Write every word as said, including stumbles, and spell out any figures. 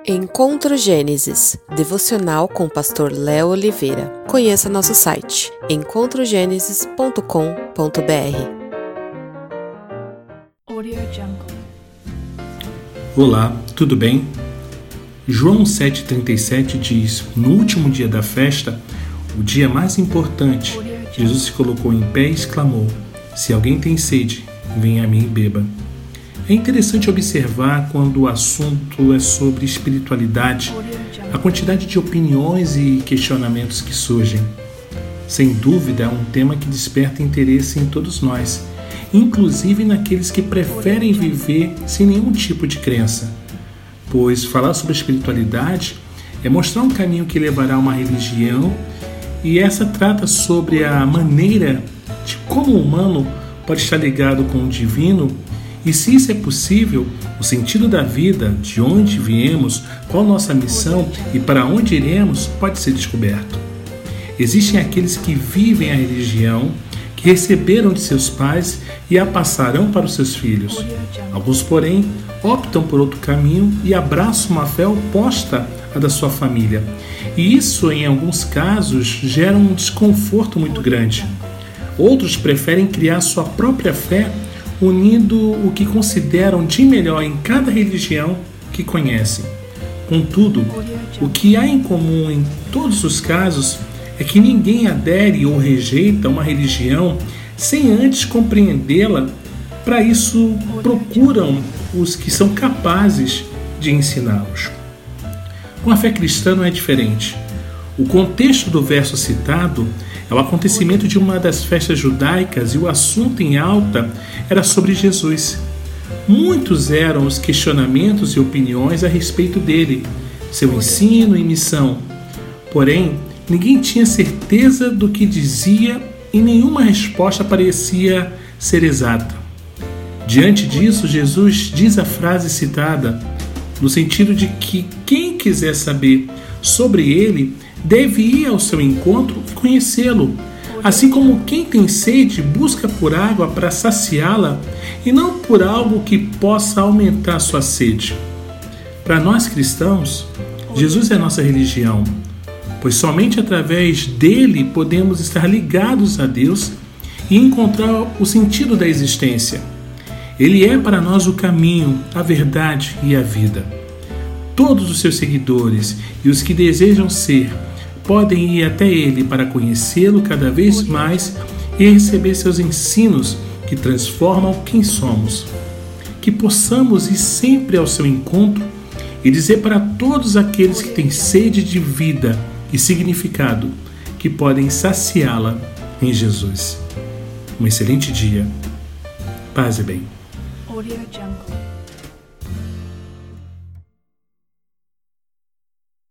Encontro Gênesis, devocional com o pastor Léo Oliveira. Conheça nosso site, encontro gênesis ponto com ponto b r. Olá, tudo bem? João sete trinta e sete diz: no último dia da festa, o dia mais importante, Jesus se colocou em pé e exclamou: se alguém tem sede, venha a mim e beba. É interessante observar, quando o assunto é sobre espiritualidade, a quantidade de opiniões e questionamentos que surgem. Sem dúvida, é um tema que desperta interesse em todos nós, inclusive naqueles que preferem viver sem nenhum tipo de crença. Pois falar sobre espiritualidade é mostrar um caminho que levará a uma religião, e essa trata sobre a maneira de como o humano pode estar ligado com o divino. E se isso é possível, o sentido da vida, de onde viemos, qual nossa missão e para onde iremos, pode ser descoberto. Existem aqueles que vivem a religião, que receberam de seus pais e a passarão para os seus filhos. Alguns, porém, optam por outro caminho e abraçam uma fé oposta à da sua família. E isso, em alguns casos, gera um desconforto muito grande. Outros preferem criar sua própria fé, unindo o que consideram de melhor em cada religião que conhecem. Contudo, o que há em comum em todos os casos é que ninguém adere ou rejeita uma religião sem antes compreendê-la. Para isso, procuram os que são capazes de ensiná-los. Com a fé cristã não é diferente. O contexto do verso citado é o acontecimento de uma das festas judaicas e o assunto em alta era sobre Jesus. Muitos eram os questionamentos e opiniões a respeito dele, seu ensino e missão. Porém, ninguém tinha certeza do que dizia e nenhuma resposta parecia ser exata. Diante disso, Jesus diz a frase citada, no sentido de que quem quiser saber sobre ele deve ir ao seu encontro e conhecê-lo, assim como quem tem sede busca por água para saciá-la e não por algo que possa aumentar sua sede. Para nós cristãos, Jesus é nossa religião, pois somente através dele podemos estar ligados a Deus e encontrar o sentido da existência. Ele é para nós o caminho, a verdade e a vida. Todos os seus seguidores e os que desejam ser podem ir até ele para conhecê-lo cada vez mais e receber seus ensinos que transformam quem somos. Que possamos ir sempre ao seu encontro e dizer para todos aqueles que têm sede de vida e significado que podem saciá-la em Jesus. Um excelente dia. Paz e bem. Audio Jungle.